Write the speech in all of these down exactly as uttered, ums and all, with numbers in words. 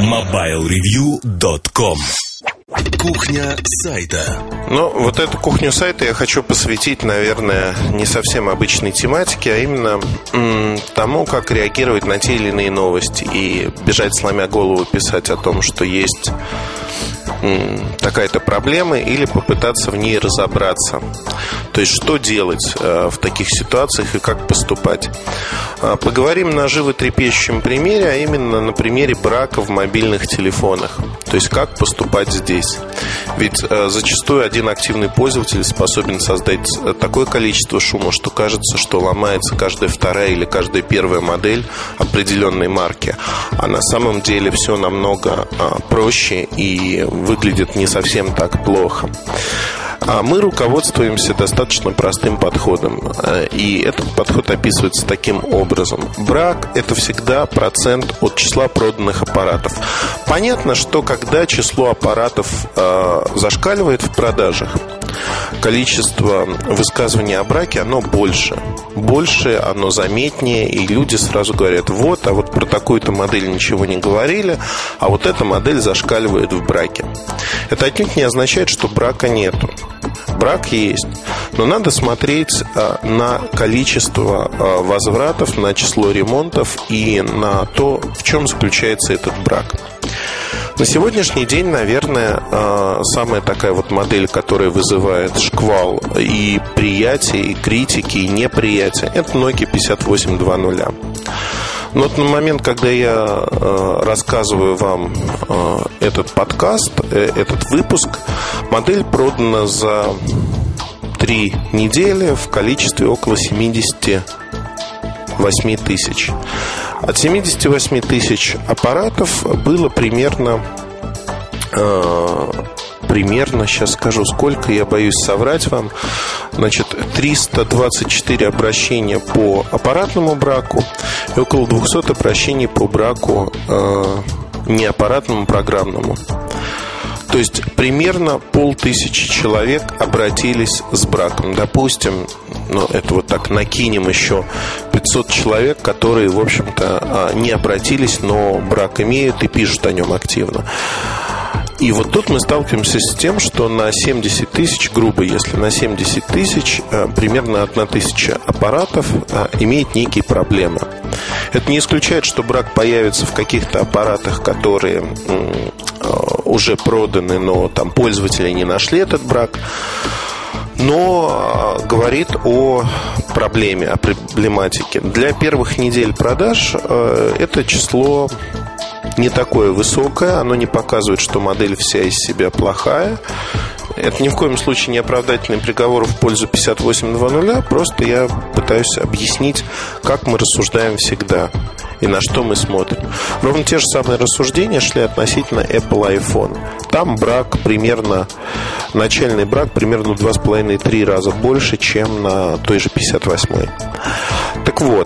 мобайл ревью точка ком. Кухня сайта. Ну, вот эту кухню сайта я хочу посвятить, наверное, не совсем обычной тематике, а именно м- тому, как реагировать на те или иные новости и бежать, сломя голову, писать о том, что есть м- такая-то проблема, или попытаться в ней разобраться. То есть, что делать э, в таких ситуациях и как поступать. Э, поговорим на животрепещущем примере, а именно на примере брака в мобильных телефонах. То есть, как поступать здесь. Ведь э, зачастую один активный пользователь способен создать такое количество шума, что кажется, что ломается каждая вторая или каждая первая модель определенной марки. А на самом деле все намного э, проще и выглядит не совсем так плохо. А мы руководствуемся достаточно простым подходом. И этот подход описывается таким образом. Брак – это всегда процент от числа проданных аппаратов. Понятно, что когда число аппаратов э, зашкаливает в продажах, количество высказываний о браке, оно больше. Больше, оно заметнее. И люди сразу говорят: вот, а вот про такую-то модель ничего не говорили, а вот эта модель зашкаливает в браке. Это отнюдь не означает, что брака нету. Брак есть, но надо смотреть а, на количество а, возвратов, на число ремонтов и на то, в чем заключается этот брак. На сегодняшний день, наверное, а, самая такая вот модель, которая вызывает шквал и приятия, и критики, и неприятия, это Nokia пятьдесят восемь двадцать. Но вот на момент, когда я э, рассказываю вам э, этот подкаст, э, этот выпуск, модель продана за три недели в количестве около семьдесят восемь тысяч. От семьдесят восемь тысяч аппаратов было примерно... Э, Примерно, сейчас скажу сколько, я боюсь соврать вам. Значит, триста двадцать четыре обращения по аппаратному браку и около двести обращений по браку э, неаппаратному, программному. То есть примерно полтысячи человек обратились с браком. Допустим, ну это вот так накинем еще пятьсот человек, которые, в общем-то, не обратились, но брак имеют и пишут о нем активно. И вот тут мы сталкиваемся с тем, что на семьдесят тысяч, грубо, если на семьдесят тысяч, примерно одна тысяча аппаратов имеет некие проблемы. Это не исключает, что брак появится в каких-то аппаратах, которые уже проданы, но там пользователи не нашли этот брак. Но говорит о проблеме, о проблематике. Для первых недель продаж это число не такое высокое, оно не показывает, что модель вся из себя плохая. Это ни в коем случае не оправдательный приговор в пользу пятьдесят восемь двадцать, просто я пытаюсь объяснить, как мы рассуждаем всегда и на что мы смотрим. Ровно те же самые рассуждения шли относительно Apple iPhone. Там брак примерно, начальный брак примерно в два с половиной - три раза больше, чем на той же пятьдесят восьмой. Так вот,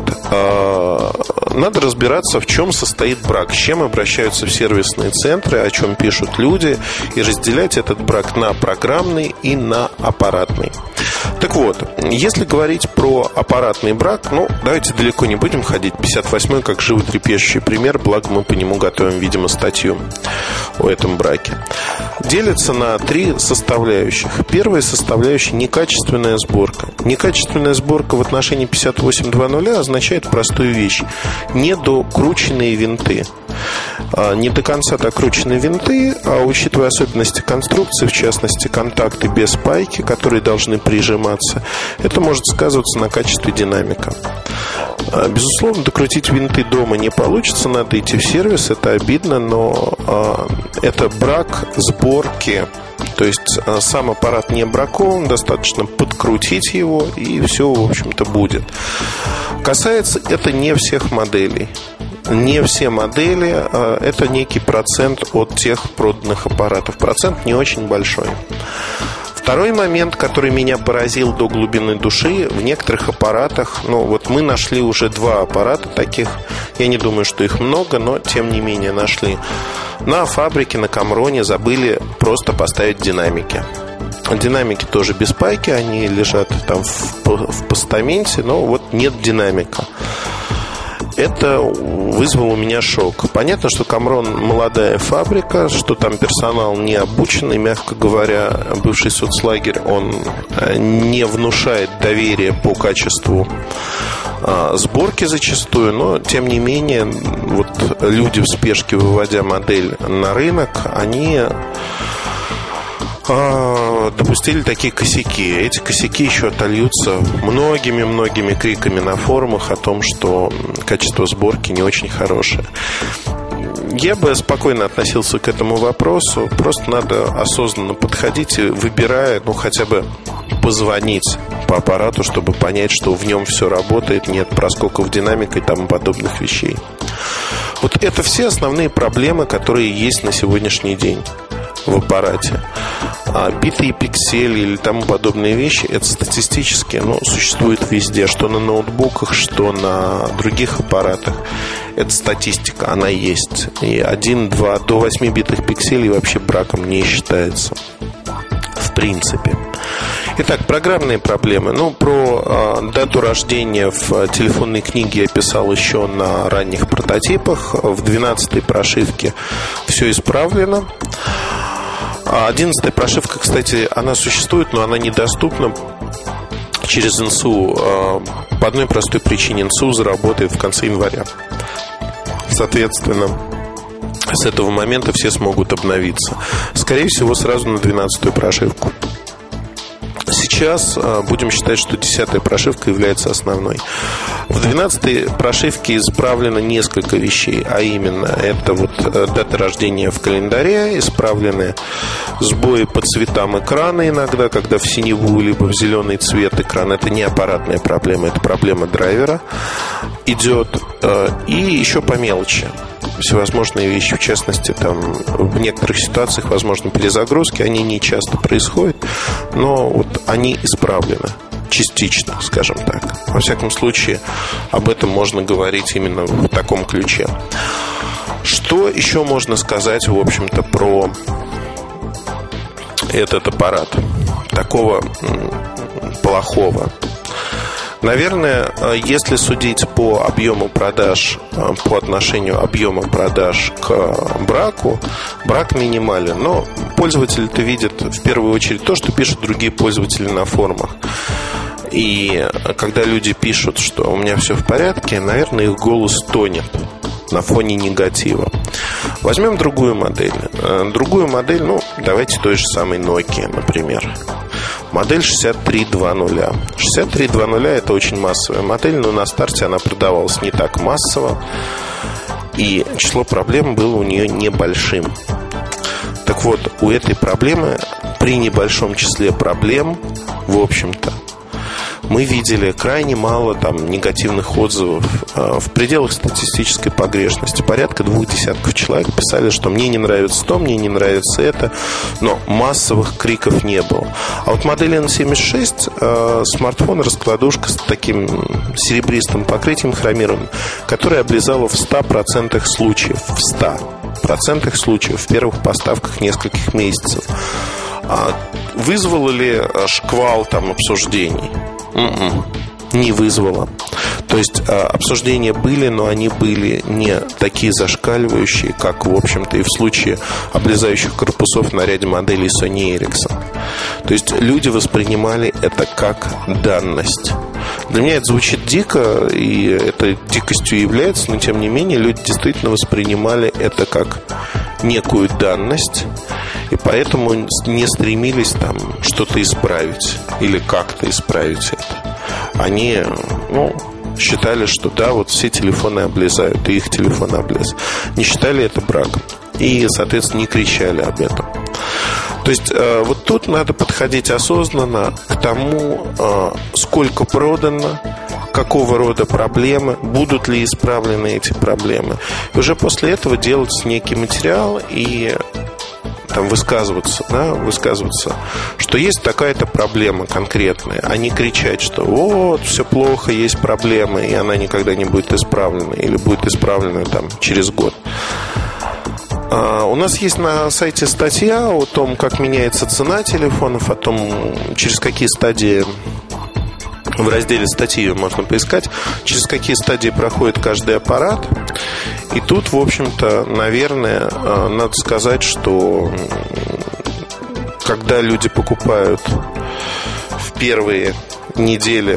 надо разбираться, в чем состоит брак, с чем обращаются в сервисные центры, о чем пишут люди, и разделять этот брак на программный и на аппаратный. Так вот, если говорить про аппаратный брак, ну, давайте далеко не будем ходить. пятьдесят восьмой как животрепещущий пример, благо мы по нему готовим, видимо, статью о этом браке. Делится на три составляющих. Первая составляющая – некачественная сборка. Некачественная сборка в отношении пятьдесят восемь двадцать означает простую вещь: недокрученные винты. Не до конца докрученные винты, а учитывая особенности конструкции, в частности контакты без пайки, которые должны прижиматься, это может сказываться на качестве динамика. Безусловно, докрутить винты дома не получится, надо идти в сервис, это обидно, но это брак сборки. То есть сам аппарат не бракован, достаточно подкрутить его, и все, в общем-то, будет. Касается это не всех моделей. Не все модели, это некий процент от тех проданных аппаратов. Процент не очень большой. Второй момент, который меня поразил до глубины души: в некоторых аппаратах, ну вот мы нашли уже два аппарата таких, я не думаю, что их много, но тем не менее нашли. На фабрике, на Камроне забыли просто поставить динамики. Динамики тоже без пайки, они лежат там в, в постаменте, но вот нет динамика. Это вызвало у меня шок. Понятно, что Камрон молодая фабрика, что там персонал не обученный, мягко говоря, бывший соцлагерь, он не внушает доверия по качеству сборки зачастую, но тем не менее вот люди в спешке, выводя модель на рынок, они допустили такие косяки. Эти косяки еще отольются многими-многими криками на форумах о том, что качество сборки не очень хорошее. Я бы спокойно относился к этому вопросу. Просто надо осознанно подходить, выбирая, ну, хотя бы позвонить по аппарату, чтобы понять, что в нем все работает, нет проскоков динамика и тому подобных вещей. Вот это все основные проблемы, которые есть на сегодняшний день в аппарате. А битые пиксели или тому подобные вещи, это статистически, ну, существует везде, что на ноутбуках, что на других аппаратах. Это статистика, она есть. И один-два до восьми битых пикселей вообще браком не считается, в принципе. Итак, программные проблемы. Ну, про э, дату рождения в телефонной книге я писал еще на ранних прототипах. В двенадцатой прошивке все исправлено. Одиннадцатая прошивка, кстати, она существует, но она недоступна через эн эс ю э, по одной простой причине. эн эс ю заработает в конце января. Соответственно, с этого момента все смогут обновиться. Скорее всего, сразу на двенадцатую прошивку. Сейчас будем считать, что десятая прошивка является основной. В двенадцатой прошивке исправлено несколько вещей, а именно это вот дата рождения в календаре, исправлены сбои по цветам экрана иногда, когда в синеву либо в зеленый цвет экран. Это не аппаратная проблема, это проблема драйвера идет. И еще по мелочи всевозможные вещи, в частности, там в некоторых ситуациях, возможно, перезагрузки, они не часто происходят, но вот они исправлены частично, скажем так. Во всяком случае, об этом можно говорить именно в таком ключе. Что еще можно сказать, в общем-то, про этот аппарат такого плохого? Наверное, если судить по объему продаж, по отношению объема продаж к браку, брак минимален. Но пользователь-то видит в первую очередь то, что пишут другие пользователи на форумах. И когда люди пишут, что у меня все в порядке, наверное, их голос тонет на фоне негатива. Возьмем другую модель. Другую модель, ну, давайте той же самой Nokia, например. Модель шестьдесят три двадцать. шестьдесят три двадцать это очень массовая модель, но на старте она продавалась не так массово, и число проблем было у нее небольшим. Так вот, у этой проблемы, при небольшом числе проблем, в общем-то, мы видели крайне мало там негативных отзывов в пределах статистической погрешности. Порядка двух десятков человек писали, что мне не нравится то, мне не нравится это, но массовых криков не было. А вот модель эн семьдесят шесть, смартфон, раскладушка с таким серебристым покрытием хромированным, которая облизала в ста процентах случаев, в ста процентах случаев в первых поставках нескольких месяцев. Вызвало ли шквал там обсуждений? Mm-mm. Не вызвало. То есть обсуждения были, но они были не такие зашкаливающие, как, в общем-то, и в случае облезающих корпусов на ряде моделей Sony Ericsson. То есть люди воспринимали это как данность. Для меня это звучит дико, и это дикостью является, но тем не менее люди действительно воспринимали это как некую данность, и поэтому не стремились там что-то исправить или как-то исправить это. Они, ну, считали, что да, вот все телефоны облезают, и их телефон облез. Не считали это браком. И, соответственно, не кричали об этом. То есть э, вот тут надо подходить осознанно к тому, э, сколько продано, какого рода проблемы, будут ли исправлены эти проблемы. И уже после этого делать некий материал и там высказываться, да, высказываться, что есть такая-то проблема конкретная, а не кричать, что вот, все плохо, есть проблемы, и она никогда не будет исправлена, или будет исправлена там через год. У нас есть на сайте статья о том, как меняется цена телефонов, о том, через какие стадии В разделе статьи ее можно поискать, через какие стадии проходит каждый аппарат. И тут, в общем-то, наверное, надо сказать, что когда люди покупают в первые недели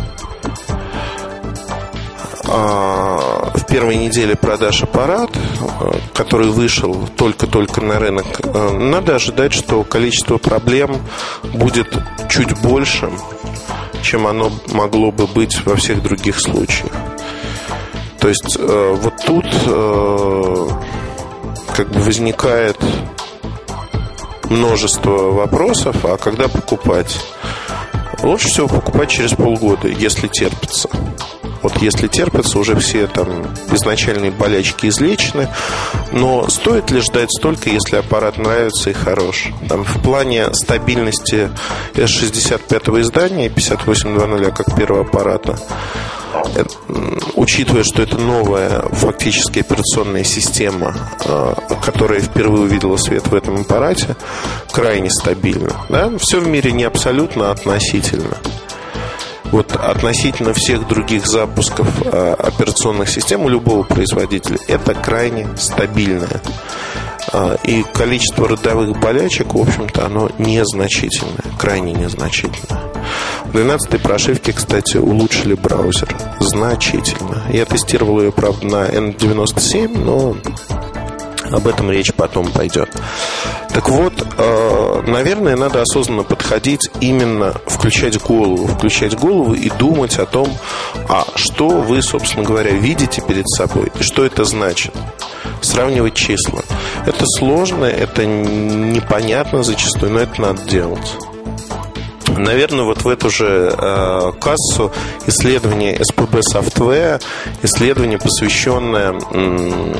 в первой неделе продаж аппарат, который вышел только-только на рынок, надо ожидать, что количество проблем будет чуть большим, чем оно могло бы быть во всех других случаях. То есть вот тут как бы возникает множество вопросов, а когда покупать? Лучше всего покупать через полгода, если терпится. Вот если терпится, уже все там изначальные болячки излечены. Но стоит ли ждать столько, если аппарат нравится и хорош? Там, в плане стабильности эс шестьдесят пятого издания пятьдесят восемь двадцать как первого аппарата, учитывая, что это новая фактически операционная система, которая впервые увидела свет в этом аппарате, крайне стабильна, да? Все в мире не абсолютно, а относительно. Вот относительно всех других запусков э, операционных систем у любого производителя это крайне стабильное. Э, и количество родовых болячек, в общем-то, оно незначительное, крайне незначительное. В двенадцатой прошивке, кстати, улучшили браузер значительно. Я тестировал ее, правда, на эн девяносто семь, но об этом речь потом пойдет. Так вот, наверное, надо осознанно подходить, именно включать голову, включать голову и думать о том, а что вы, собственно говоря, видите перед собой и что это значит. Сравнивать числа. Это сложно, это непонятно зачастую, но это надо делать. Наверное, вот в эту же э, кассу исследование эс пэ бэ Software, исследование, посвященное м-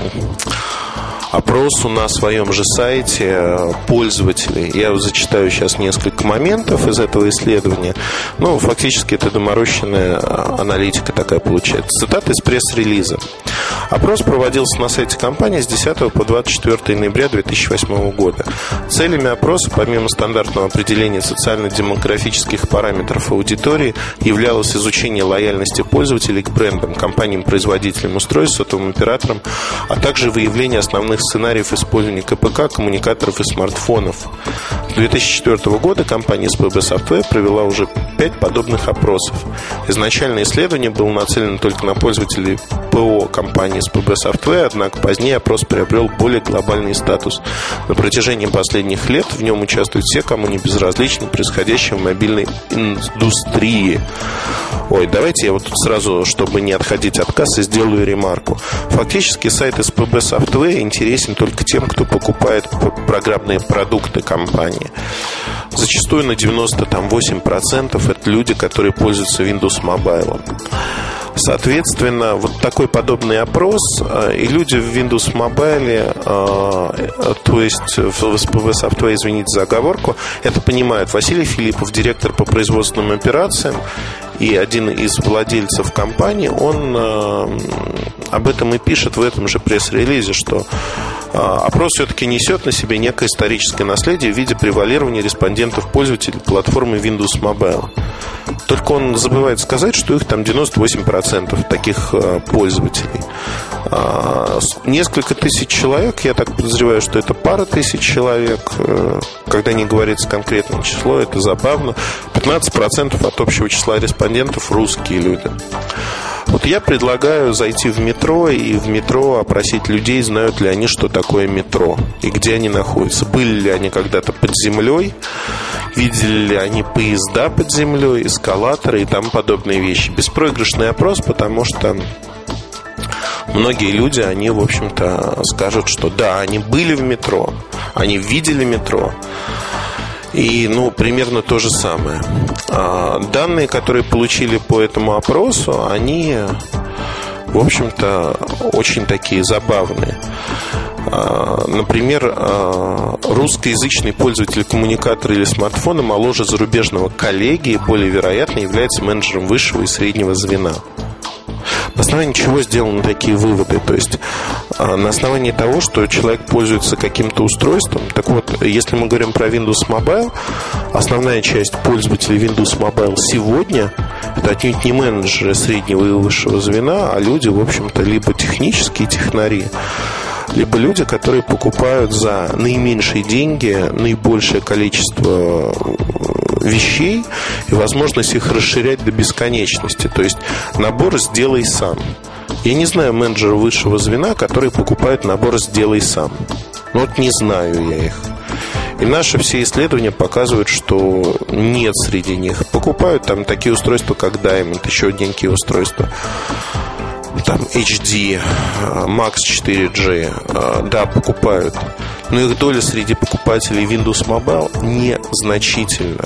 опросу на своем же сайте пользователей. Я зачитаю сейчас несколько моментов из этого исследования. Ну, фактически это доморощенная аналитика такая получается. Цитата из пресс-релиза. Опрос проводился на сайте компании с десятого по двадцать четвёртое ноября две тысячи восьмого года. Целями опроса, помимо стандартного определения социально-демографических параметров аудитории, являлось изучение лояльности пользователей к брендам, компаниям-производителям устройств, сотовым операторам, а также выявление основных сценариев использования ка пэ ка, коммуникаторов и смартфонов. С две тысячи четвёртого года компания эс пэ бэ Software провела уже пять подобных опросов. Изначально исследование было нацелено только на пользователей ПО компании эс пэ бэ Software, однако позднее опрос приобрел более глобальный статус. На протяжении последних лет в нем участвуют все, кому не безразлично происходящее в мобильной индустрии. Ой, давайте я вот тут сразу, чтобы не отходить от кассы, сделаю ремарку. Фактически сайт эс пэ бэ Software интересен только тем, кто покупает программные продукты компании. Зачастую на девяносто восемь процентов это люди, которые пользуются Windows Mobile. Соответственно, вот такой подобный опрос, и люди в Windows Mobile, то есть в эс пэ бэ Software, извините за оговорку, это понимают. Василий Филиппов, директор по производственным операциям и один из владельцев компании, он об этом и пишет в этом же пресс-релизе, что опрос все-таки несет на себе некое историческое наследие в виде превалирования респондентов-пользователей платформы Windows Mobile. Только он забывает сказать, что их там девяносто восемь процентов таких пользователей. Несколько тысяч человек, я так подозреваю, что это пара тысяч человек. Когда не говорится конкретное число, это забавно. пятнадцать процентов от общего числа респондентов русские люди. Вот я предлагаю зайти в метро и в метро опросить людей, знают ли они, что такое метро и где они находятся. Были ли они когда-то под землей, видели ли они поезда под землей, эскалаторы и тому подобные вещи. Беспроигрышный опрос, потому что многие люди, они, в общем-то, скажут, что да, они были в метро, они видели метро. И, ну, примерно то же самое. Данные, которые получили по этому опросу, они, в общем-то, очень такие забавные. Например, русскоязычный пользователь коммуникатора или смартфона моложе зарубежного коллеги и более вероятно является менеджером высшего и среднего звена. На основании чего сделаны такие выводы? То есть на основании того, что человек пользуется каким-то устройством. Так вот, если мы говорим про Windows Mobile, основная часть пользователей Windows Mobile сегодня это отнюдь не менеджеры среднего и высшего звена, а люди, в общем-то, либо технические технари, либо люди, которые покупают за наименьшие деньги наибольшее количество вещей и возможность их расширять до бесконечности. То есть набор «сделай сам». Я не знаю менеджера высшего звена, который покупает набор «сделай сам». Ну вот не знаю я их. И наши все исследования показывают, что нет среди них. Покупают там такие устройства, как Diamond, еще одненькие устройства, там эйч ди, Макс четыре джи, да, покупают. Но их доля среди покупателей Windows Mobile незначительна.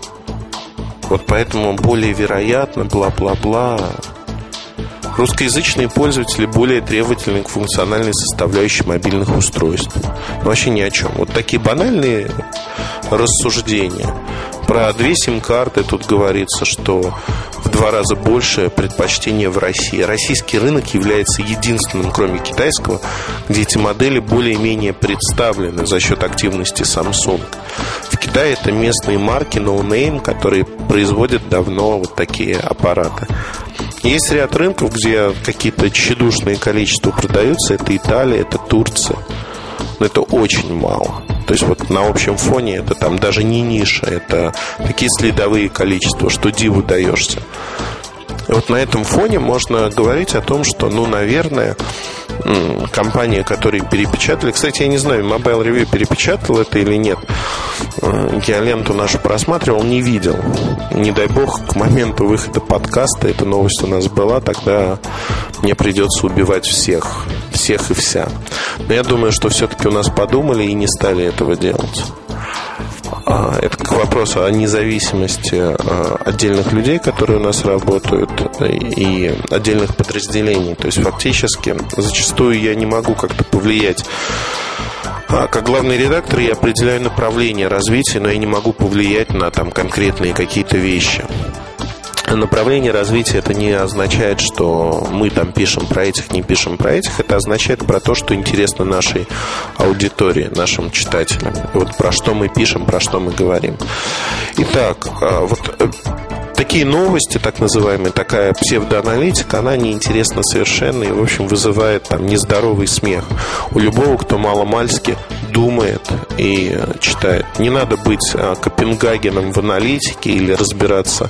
Вот поэтому более вероятно, бла-бла-бла. Русскоязычные пользователи более требовательны к функциональной составляющей мобильных устройств. Но вообще ни о чем. Вот такие банальные рассуждения. Про две сим-карты тут говорится, что в два раза больше предпочтения в России. Российский рынок является единственным, кроме китайского, где эти модели более-менее представлены за счет активности Samsung. В Китае это местные марки, no name, которые производят давно вот такие аппараты. Есть ряд рынков, где какие-то тщедушные количества продаются. Это Италия, это Турция. Но это очень мало. То есть вот на общем фоне это там даже не ниша. Это такие следовые количества, что диву даешься. И вот на этом фоне можно говорить о том, что, ну, наверное, компания, которые перепечатали... Кстати, я не знаю, Mobile Review перепечатал это или нет. Я ленту нашу просматривал, не видел. Не дай бог, к моменту выхода подкаста эта новость у нас была, тогда мне придется убивать всех. Всех и вся. Но я думаю, что все-таки у нас подумали и не стали этого делать. Это к вопросу о независимости отдельных людей, которые у нас работают, и отдельных подразделений. То есть фактически зачастую я не могу как-то повлиять. Как главный редактор я определяю направление развития, но я не могу повлиять на там конкретные какие-то вещи. Направление развития — это не означает, что мы там пишем про этих, не пишем про этих. Это означает про то, что интересно нашей аудитории, нашим читателям. Вот про что мы пишем, про что мы говорим. Итак, вот такие новости, так называемые, такая псевдоаналитика, она неинтересна совершенно и, в общем, вызывает там нездоровый смех у любого, кто маломальски думает и читает. Не надо быть Копенгагеном в аналитике или разбираться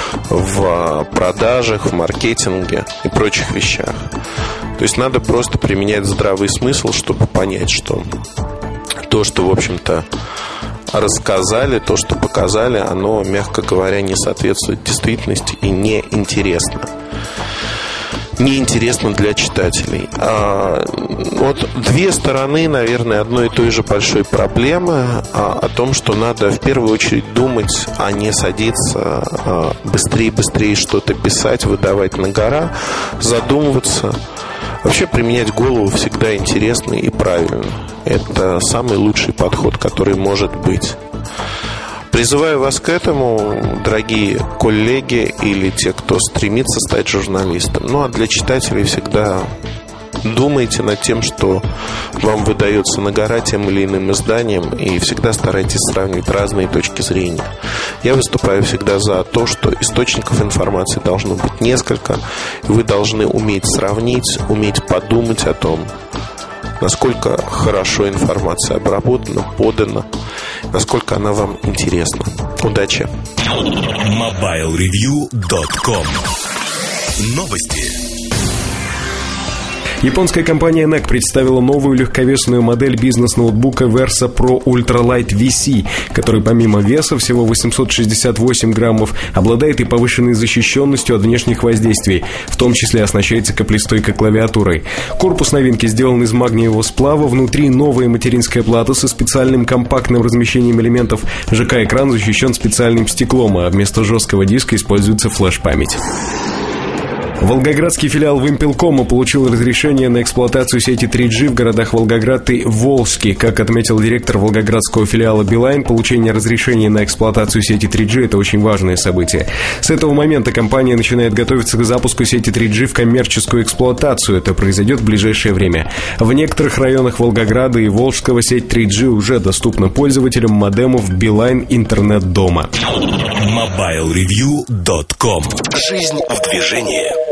в продажах, в маркетинге и прочих вещах. То есть надо просто применять здравый смысл, чтобы понять, что то, что, в общем-то, рассказали, то, что показали, оно, мягко говоря, не соответствует действительности и неинтересно. Неинтересно для читателей. А, вот две стороны, наверное, одной и той же большой проблемы а, о том, что надо в первую очередь думать, а не садиться а, быстрее-быстрее что-то писать, выдавать на гора, задумываться. Вообще применять голову всегда интересно и правильно. Это самый лучший подход, который может быть. Призываю вас к этому, дорогие коллеги или те, кто стремится стать журналистом. Ну а для читателей всегда думайте над тем, что вам выдается на гора тем или иным изданием, и всегда старайтесь сравнивать разные точки зрения. Я выступаю всегда за то, что источников информации должно быть несколько, и вы должны уметь сравнить, уметь подумать о том, насколько хорошо информация обработана, подана, насколько она вам интересна. Удачи! мобайл ревью точка ком. Новости. Японская компания эн и си представила новую легковесную модель бизнес-ноутбука Versa Pro Ultralight ви си, который помимо веса всего восемьсот шестьдесят восемь граммов обладает и повышенной защищенностью от внешних воздействий, в том числе оснащается каплестойкой клавиатурой. Корпус новинки сделан из магниевого сплава, внутри новая материнская плата со специальным компактным размещением элементов, ЖК-экран защищен специальным стеклом, а вместо жесткого диска используется флеш-память. Волгоградский филиал Вимпелкома получил разрешение на эксплуатацию сети три джи в городах Волгоград и Волжский. Как отметил директор волгоградского филиала Билайн, получение разрешения на эксплуатацию сети три джи – это очень важное событие. С этого момента компания начинает готовиться к запуску сети три джи в коммерческую эксплуатацию. Это произойдет в ближайшее время. В некоторых районах Волгограда и Волжского сеть три джи уже доступна пользователям модемов Билайн интернет дома. мобайл ревью точка ком. Жизнь в движении.